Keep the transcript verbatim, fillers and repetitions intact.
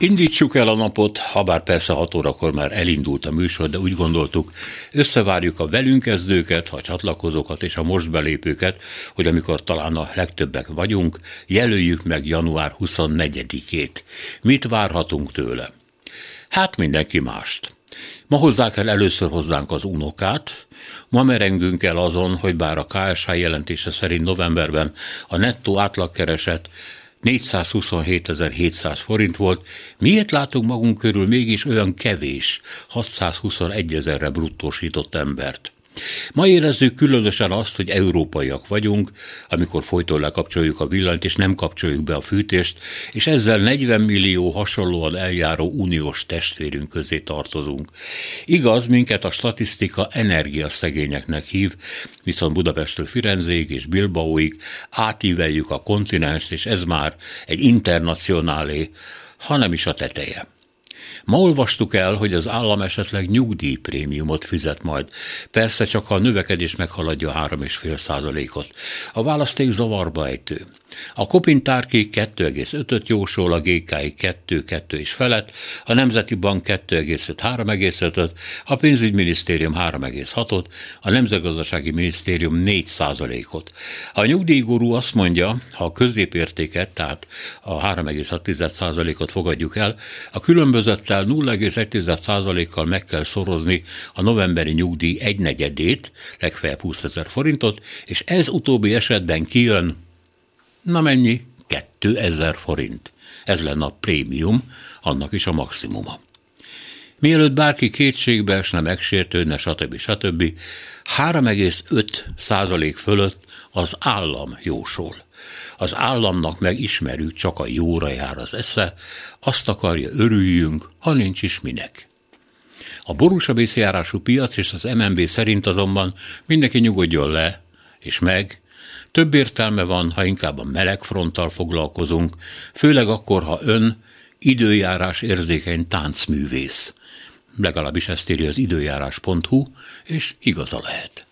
Indítsuk el a napot, habár persze hat órakor már elindult a műsor, de úgy gondoltuk, összevárjuk a velünk kezdőket, a csatlakozókat és a most belépőket, hogy amikor talán a legtöbbek vagyunk, jelöljük meg január huszonnegyedikét. Mit várhatunk tőle? Hát mindenki mást. Ma hozzák el először hozzánk az unokát, ma merengünk el azon, hogy bár a ká es há jelentése szerint novemberben a nettó átlagkereset négyszázhuszonhétezer-hétszáz forint volt, miért látunk magunk körül mégis olyan kevés, hatszázhuszonegyezerre bruttósított embert? Ma érezzük különösen azt, hogy európaiak vagyunk, amikor folyton lekapcsoljuk a villanyt és nem kapcsoljuk be a fűtést, és ezzel negyven millió hasonlóan eljáró uniós testvérünk közé tartozunk. Igaz, minket a statisztika energiaszegényeknek hív, viszont Budapesttől Firenzéig és Bilbaóig átíveljük a kontinenst, és ez már egy internacionálé, ha nem is a teteje. Ma olvastuk el, hogy az állam esetleg nyugdíjprémiumot fizet majd. Persze csak ha a növekedés meghaladja három egész öt százalékot. A választék zavarba ejtő. A Kopintárki kettő egész ötöt jósol, a gé ká-i kettő kettő és felett, a Nemzeti Bank kettő egész öt három egész ötöt, a Pénzügyminisztérium három egész hatot, a Nemzetgazdasági Minisztérium négy százalékot. A nyugdíjgurú azt mondja, ha a középértéket, tehát a három egész hat százalékot fogadjuk el, a különbözettel nulla egész egy százalékkal meg kell szorozni a novemberi nyugdíj egynegyedét, legfeljebb húszezer forintot, és ez utóbbi esetben kijön, na mennyi? kétezer forint. Ez lenne a prémium, annak is a maximuma. Mielőtt bárki kétségbe esne, megsértődne, stb. stb. három egész öt százalék fölött az állam jósol. Az államnak megismerjük, csak a jóra jár az esze, azt akarja, örüljünk, ha nincs is minek. A borúsabészi járású piac és az em en bé szerint azonban mindenki nyugodjon le, és meg, több értelme van, ha inkább a meleg fronttal foglalkozunk, főleg akkor, ha ön időjárás érzékeny táncművész. Legalábbis ezt írja az időjárás pont hu, és igaza lehet.